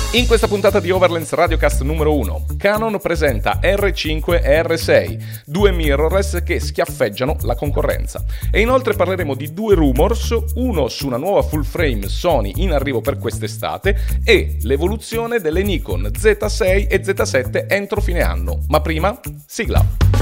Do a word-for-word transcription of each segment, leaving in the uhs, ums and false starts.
In questa puntata di Overlens Radiocast numero uno, Canon presenta R cinque e R sei, due mirrorless che schiaffeggiano la concorrenza. E inoltre parleremo di due rumors, uno su una nuova full frame Sony in arrivo per quest'estate e l'evoluzione delle Nikon Z sei e Z sette entro fine anno. Ma prima, sigla!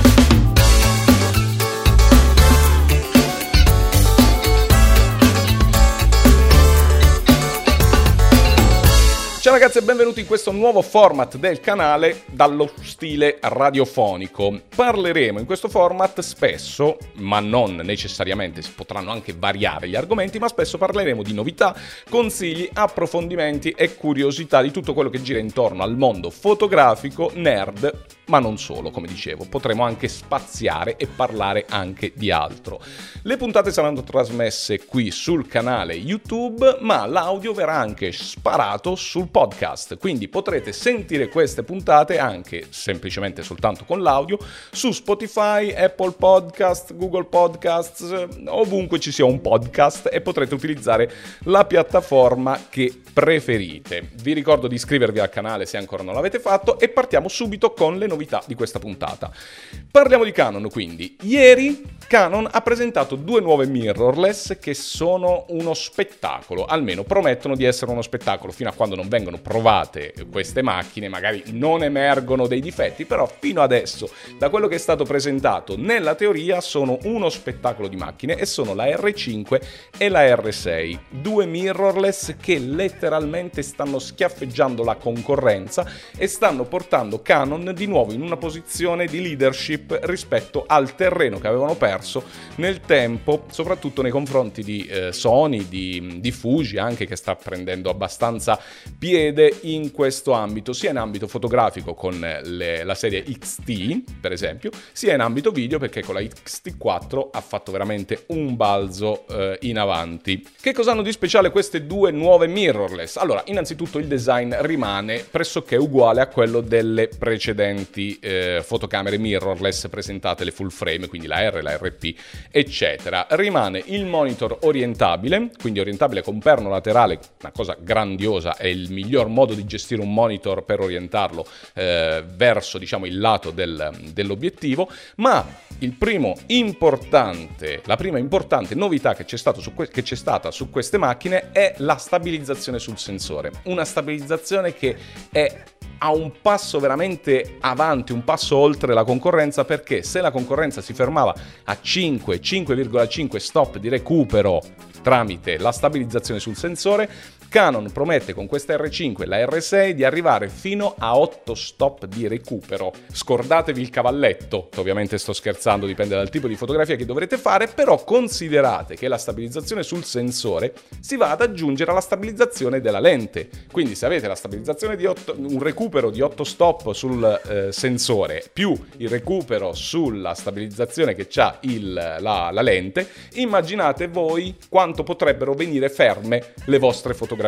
Ciao ragazzi e benvenuti in questo nuovo format del canale dallo stile radiofonico. Parleremo in questo format spesso, ma non necessariamente, si potranno anche variare gli argomenti, ma spesso parleremo di novità, consigli, approfondimenti e curiosità di tutto quello che gira intorno al mondo fotografico, nerd, ma non solo, come dicevo. Potremo anche spaziare e parlare anche di altro. Le puntate saranno trasmesse qui sul canale YouTube, ma l'audio verrà anche sparato sul podcast, quindi potrete sentire queste puntate anche semplicemente soltanto con l'audio su Spotify, Apple Podcast, Google Podcasts, ovunque ci sia un podcast, e potrete utilizzare la piattaforma che preferite. Vi ricordo di iscrivervi al canale se ancora non l'avete fatto e partiamo subito con le novità di questa puntata. Parliamo di Canon, quindi. Ieri Canon ha presentato due nuove mirrorless che sono uno spettacolo, almeno promettono di essere uno spettacolo. Fino a quando non vengono provate queste macchine magari non emergono dei difetti, però fino adesso, da quello che è stato presentato nella teoria, sono uno spettacolo di macchine e sono la R cinque e la R sei, due mirrorless che letteralmente stanno schiaffeggiando la concorrenza e stanno portando Canon di nuovo in una posizione di leadership rispetto al terreno che avevano perso nel tempo, soprattutto nei confronti di eh, Sony, di, di Fuji anche, che sta prendendo abbastanza piede in questo ambito, sia in ambito fotografico con le, la serie X T per esempio, sia in ambito video perché con la X T quattro ha fatto veramente un balzo eh, in avanti. Che cosa hanno di speciale queste due nuove mirrorless? Allora, innanzitutto il design rimane pressoché uguale a quello delle precedenti eh, fotocamere mirrorless presentate, le full frame, quindi la R, la R P, eccetera. Rimane il monitor orientabile, quindi orientabile con perno laterale, una cosa grandiosa, è il miglior modo di gestire un monitor per orientarlo eh, verso, diciamo, il lato del, dell'obiettivo. Ma il primo importante, la prima importante novità che c'è, stato su que- che c'è stata su queste macchine è la stabilizzazione sul sensore. Una stabilizzazione che è a un passo veramente avanti, un passo oltre la concorrenza, perché se la concorrenza si fermava a cinque virgola cinque stop di recupero tramite la stabilizzazione sul sensore, Canon promette con questa R cinque e la R sei di arrivare fino a otto stop di recupero. Scordatevi il cavalletto, ovviamente sto scherzando, dipende dal tipo di fotografia che dovrete fare, però considerate che la stabilizzazione sul sensore si va ad aggiungere alla stabilizzazione della lente. Quindi se avete la stabilizzazione di otto, un recupero di otto stop sul eh, sensore più il recupero sulla stabilizzazione che c'ha il, la, la lente, immaginate voi quanto potrebbero venire ferme le vostre fotografie.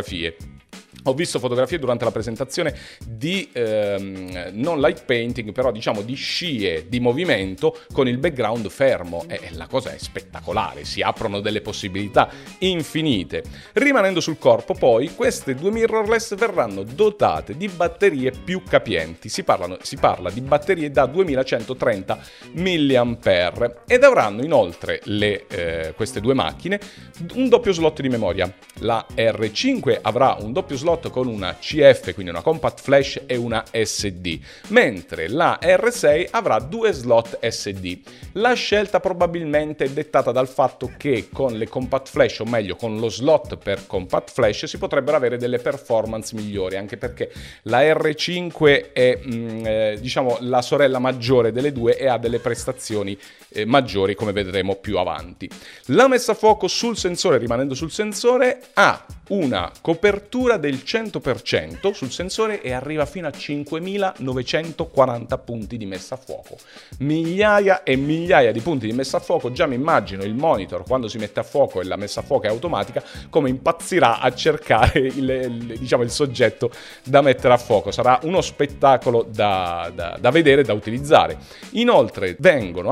Ho visto fotografie durante la presentazione di ehm, non light painting, però diciamo di scie di movimento con il background fermo, e la cosa è spettacolare, si aprono delle possibilità infinite. Rimanendo sul corpo, poi, queste due mirrorless verranno dotate di batterie più capienti, si, parlano, si parla di batterie da duemilacentotrenta milliamperi ed avranno inoltre le, eh, queste due macchine un doppio slot di memoria. La R cinque avrà un doppio slot con una C F, quindi una compact flash, e una S D, mentre la R sei avrà due slot S D. La scelta probabilmente è dettata dal fatto che con le compact flash, o meglio con lo slot per compact flash, si potrebbero avere delle performance migliori, anche perché la R cinque è mh, eh, diciamo la sorella maggiore delle due e ha delle prestazioni eh, maggiori, come vedremo più avanti. La messa a fuoco sul sensore, rimanendo sul sensore, ha una copertura del cento per cento sul sensore e arriva fino a cinquemilanovecentoquaranta punti di messa a fuoco. Migliaia e migliaia di punti di messa a fuoco. Già mi immagino il monitor quando si mette a fuoco e la messa a fuoco è automatica, come impazzirà a cercare il, il, diciamo, il soggetto da mettere a fuoco. Sarà uno spettacolo da, da, da vedere, da utilizzare. Inoltre vengono anche migliorati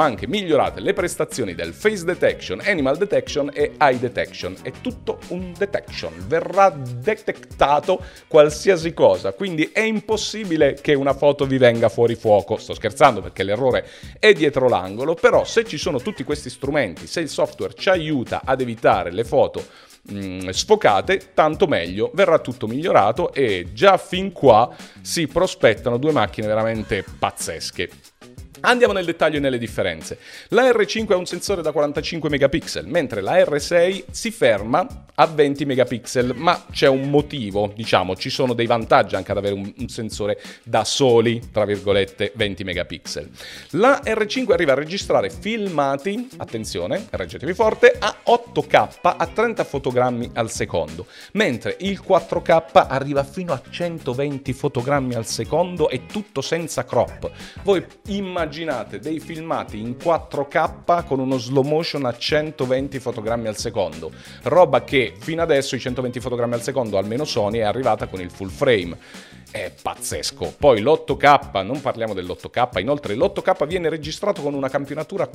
migliorate le prestazioni del face detection, animal detection e eye detection. È tutto un detection, verrà detectato qualsiasi cosa, quindi è impossibile che una foto vi venga fuori fuoco. Sto scherzando perché l'errore è dietro l'angolo, però se ci sono tutti questi strumenti, se il software ci aiuta ad evitare le foto mh, sfocate, tanto meglio, verrà tutto migliorato e già fin qua si prospettano due macchine veramente pazzesche. Andiamo nel dettaglio e nelle differenze. La R cinque ha un sensore da quarantacinque megapixel, mentre la R sei si ferma a venti megapixel, ma c'è un motivo, diciamo, ci sono dei vantaggi anche ad avere un, un sensore da soli, tra virgolette, venti megapixel. La R cinque arriva a registrare filmati, attenzione, reggetevi forte, a otto K a trenta fotogrammi al secondo, mentre il quattro K arriva fino a centoventi fotogrammi al secondo e tutto senza crop. Voi immaginate Immaginate dei filmati in quattro K con uno slow motion a centoventi fotogrammi al secondo, roba che fino adesso i centoventi fotogrammi al secondo, almeno Sony, è arrivata con il full frame. È pazzesco. Poi l'otto K, non parliamo dell'otto K, inoltre l'otto K viene registrato con una campionatura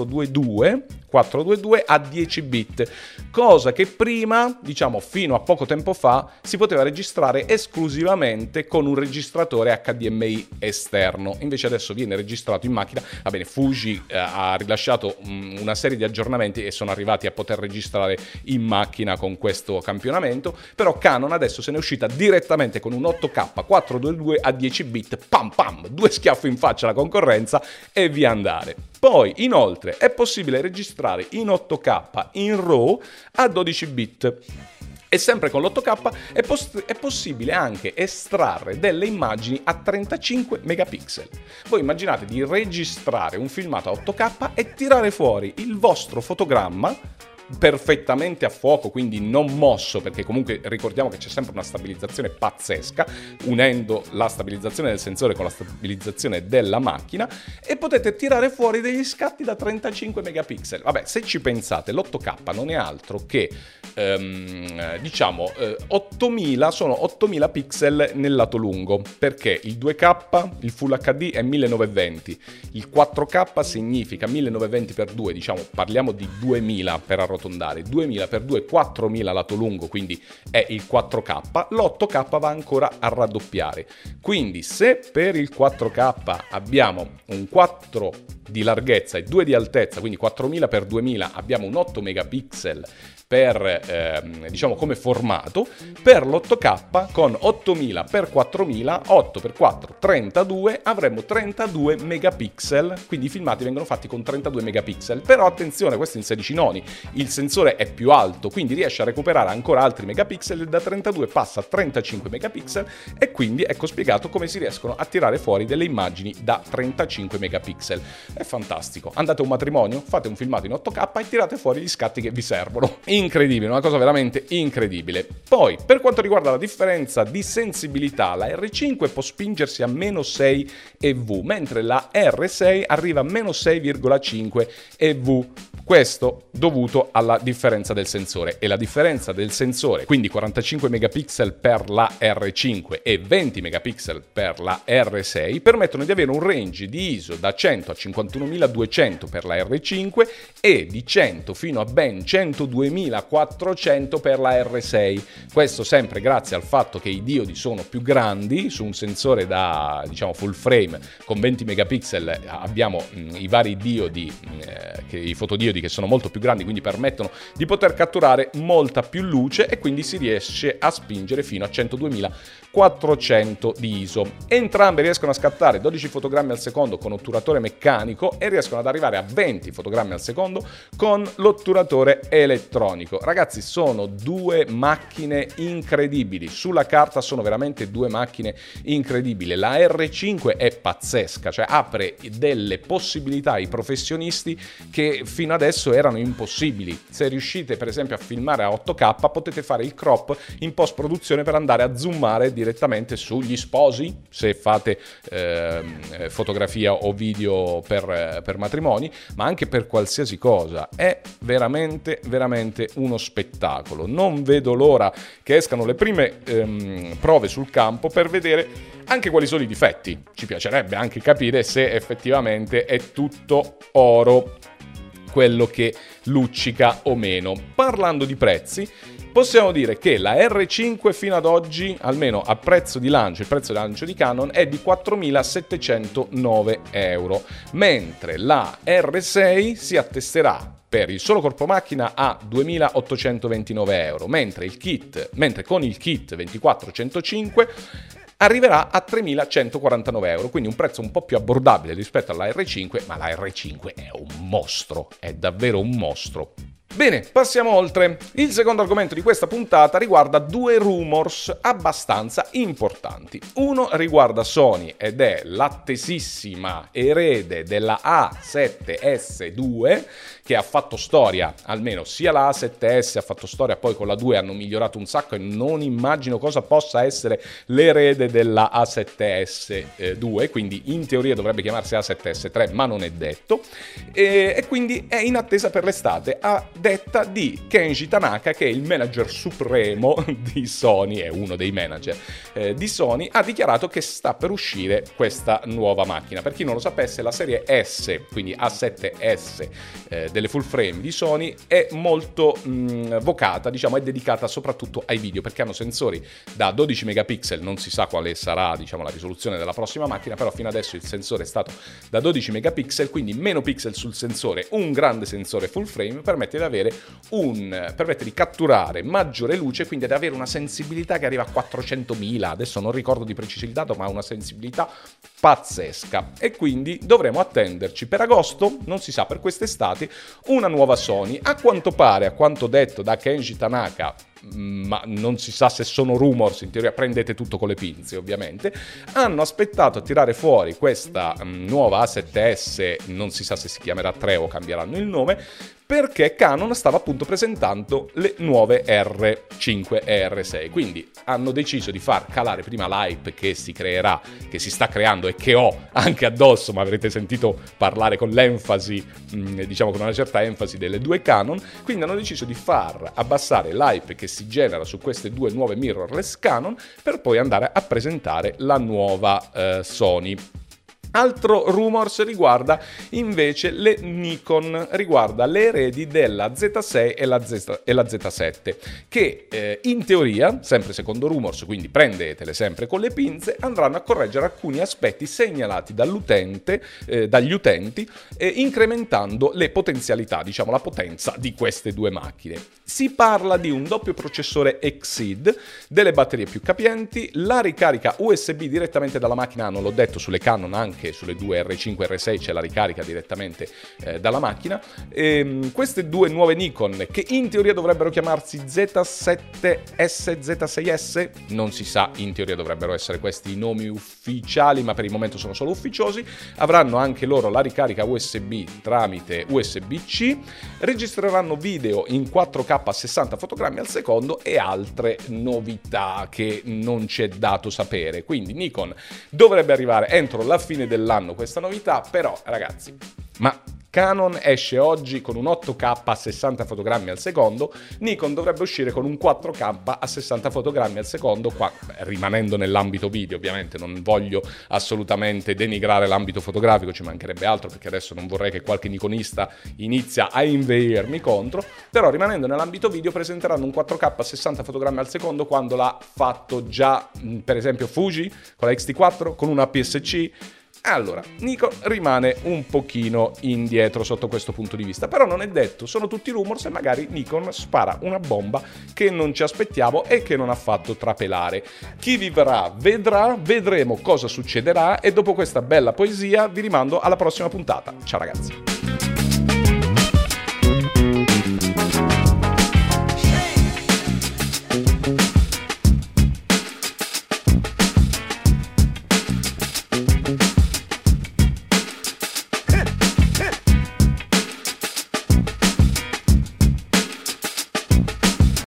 quattrocentoventidue a dieci bit, cosa che prima, diciamo fino a poco tempo fa, si poteva registrare esclusivamente con un registratore H D M I esterno. Invece adesso viene registrato in macchina. Va bene, Fuji eh, ha rilasciato um, una serie di aggiornamenti e sono arrivati a poter registrare in macchina con questo campionamento, però Canon adesso se ne è uscita direttamente con un otto K quattrocentoventidue a dieci bit, pam pam, due schiaffi in faccia alla concorrenza e via andare. Poi, inoltre, è possibile registrare in otto K in RAW a dodici bit. E sempre con l'otto K è, poss- è possibile anche estrarre delle immagini a trentacinque megapixel. Voi immaginate di registrare un filmato a otto K e tirare fuori il vostro fotogramma perfettamente a fuoco, quindi non mosso, perché comunque ricordiamo che c'è sempre una stabilizzazione pazzesca unendo la stabilizzazione del sensore con la stabilizzazione della macchina, e potete tirare fuori degli scatti da trentacinque megapixel. Vabbè, se ci pensate, l'otto K non è altro che ehm, diciamo eh, ottomila, sono ottomila pixel nel lato lungo, perché il due K, il Full H D è millenovecentoventi, il quattro K significa millenovecentoventi per due, diciamo parliamo di duemila per arrotondare, duemila per due, quattromila lato lungo, quindi è il quattro K, l'otto K va ancora a raddoppiare. Quindi se per il quattro K abbiamo un quattro di larghezza e due di altezza, quindi quattromila per duemila, abbiamo un otto megapixel per ehm, diciamo come formato, per l'otto K con ottomila per quattromila, otto per quattro, trentadue, avremo trentadue megapixel, quindi i filmati vengono fatti con trentadue megapixel. Però attenzione, questo in sedici noni, il sensore è più alto, quindi riesce a recuperare ancora altri megapixel, e da trentadue passa a trentacinque megapixel, e quindi ecco spiegato come si riescono a tirare fuori delle immagini da trentacinque megapixel. È fantastico. Andate a un matrimonio, fate un filmato in otto K e tirate fuori gli scatti che vi servono. Incredibile, una cosa veramente incredibile. Poi, per quanto riguarda la differenza di sensibilità, la R cinque può spingersi a meno sei E V, mentre la R sei arriva a meno sei virgola cinque E V. Questo dovuto alla differenza del sensore, e la differenza del sensore, quindi quarantacinque megapixel per la R cinque e venti megapixel per la R sei, permettono di avere un range di I S O da cento a cinquantunomiladuecento per la R cinque e di cento fino a ben centoduemilaquattrocento per la R sei. Questo sempre grazie al fatto che i diodi sono più grandi. Su un sensore da diciamo full frame con venti megapixel abbiamo mh, i vari diodi, mh, che, i fotodiodi che sono molto più grandi, quindi permettono di poter catturare molta più luce, e quindi si riesce a spingere fino a centoduemilaquattrocento di I S O. Entrambe riescono a scattare dodici fotogrammi al secondo con otturatore meccanico e riescono ad arrivare a venti fotogrammi al secondo con l'otturatore elettronico. Ragazzi, sono due macchine incredibili. Sulla carta sono veramente due macchine incredibili. La R cinque è pazzesca, cioè apre delle possibilità ai professionisti che fino adesso erano impossibili. Se riuscite per esempio a filmare a otto K, potete fare il crop in post produzione per andare a zoomare direttamente sugli sposi, se fate eh, fotografia o video per, per matrimoni, ma anche per qualsiasi cosa. È veramente, veramente uno spettacolo. Non vedo l'ora che escano le prime ehm, prove sul campo per vedere anche quali sono i difetti. Ci piacerebbe anche capire se effettivamente è tutto oro quello che luccica o meno. Parlando di prezzi, possiamo dire che la erre cinque fino ad oggi, almeno a prezzo di lancio, il prezzo di lancio di Canon è di quattromilasettecentonove euro, mentre la erre sei si attesterà per il solo corpo macchina a duemilaottocentoventinove euro, mentre il kit, mentre con il kit ventiquattro centocinque arriverà a tremilacentoquarantanove euro, quindi un prezzo un po' più abbordabile rispetto alla erre cinque, ma la erre cinque è un mostro, è davvero un mostro. Bene, passiamo oltre. Il secondo argomento di questa puntata riguarda due rumors abbastanza importanti. Uno riguarda Sony ed è l'attesissima erede della A sette S due, che ha fatto storia, almeno sia la A sette S ha fatto storia, poi con la due hanno migliorato un sacco e non immagino cosa possa essere l'erede della A sette S due, quindi in teoria dovrebbe chiamarsi A sette S tre, ma non è detto, e, e quindi è in attesa per l'estate, a detta di Kenji Tanaka, che è il manager supremo di Sony, è uno dei manager eh, di Sony, ha dichiarato che sta per uscire questa nuova macchina. Per chi non lo sapesse, la serie S, quindi A sette S eh, delle full frame di Sony, è molto mh, vocata, diciamo, è dedicata soprattutto ai video, perché hanno sensori da dodici megapixel, non si sa quale sarà, diciamo, la risoluzione della prossima macchina, però fino adesso il sensore è stato da dodici megapixel, quindi meno pixel sul sensore, un grande sensore full frame, permette di avere un permette di catturare maggiore luce, quindi ad avere una sensibilità che arriva a quattrocentomila, adesso non ricordo di preciso il dato, ma una sensibilità pazzesca, e quindi dovremo attenderci per agosto, non si sa, per quest'estate, una nuova Sony. A quanto pare, a quanto detto da Kenji Tanaka, ma non si sa se sono rumors, in teoria prendete tutto con le pinze ovviamente, hanno aspettato a tirare fuori questa um, nuova A sette S, non si sa se si chiamerà tre o cambieranno il nome, perché Canon stava appunto presentando le nuove erre cinque e erre sei, quindi hanno deciso di far calare prima l'hype che si creerà, che si sta creando e che ho anche addosso, ma avrete sentito parlare con l'enfasi, mh, diciamo con una certa enfasi delle due Canon, quindi hanno deciso di far abbassare l'hype che si genera su queste due nuove mirrorless Canon per poi andare a presentare la nuova eh, Sony. Altro rumors riguarda invece le Nikon, riguarda le eredi della Z sei e la, Z, e la Z sette, che eh, in teoria, sempre secondo rumors, quindi prendetele sempre con le pinze, andranno a correggere alcuni aspetti segnalati dall'utente, eh, dagli utenti, eh, incrementando le potenzialità, diciamo la potenza di queste due macchine. Si parla di un doppio processore Exceed, delle batterie più capienti, la ricarica U S B direttamente dalla macchina, non l'ho detto, sulle Canon anche sulle due erre cinque e erre sei c'è la ricarica direttamente eh, dalla macchina. E, queste due nuove Nikon, che in teoria dovrebbero chiamarsi Z sette S, Z sei S, non si sa, in teoria dovrebbero essere questi i nomi ufficiali, ma per il momento sono solo ufficiosi, avranno anche loro la ricarica U S B tramite U S B C, registreranno video in quattro K a sessanta fotogrammi al secondo e altre novità che non c'è dato sapere. Quindi Nikon dovrebbe arrivare entro la fine dell'anno questa novità, però ragazzi, ma Canon esce oggi con un otto K a sessanta fotogrammi al secondo, Nikon dovrebbe uscire con un quattro K a sessanta fotogrammi al secondo, qua rimanendo nell'ambito video ovviamente, non voglio assolutamente denigrare l'ambito fotografico, ci mancherebbe altro, perché adesso non vorrei che qualche nikonista inizia a inveirmi contro, però rimanendo nell'ambito video presenteranno un quattro K a sessanta fotogrammi al secondo, quando l'ha fatto già per esempio Fuji con la X T quattro, con una A P S C. Allora, Nikon rimane un pochino indietro sotto questo punto di vista, però non è detto, sono tutti rumors e magari Nikon spara una bomba che non ci aspettiamo e che non ha fatto trapelare. Chi vivrà vedrà, vedremo cosa succederà, e dopo questa bella poesia vi rimando alla prossima puntata. Ciao ragazzi!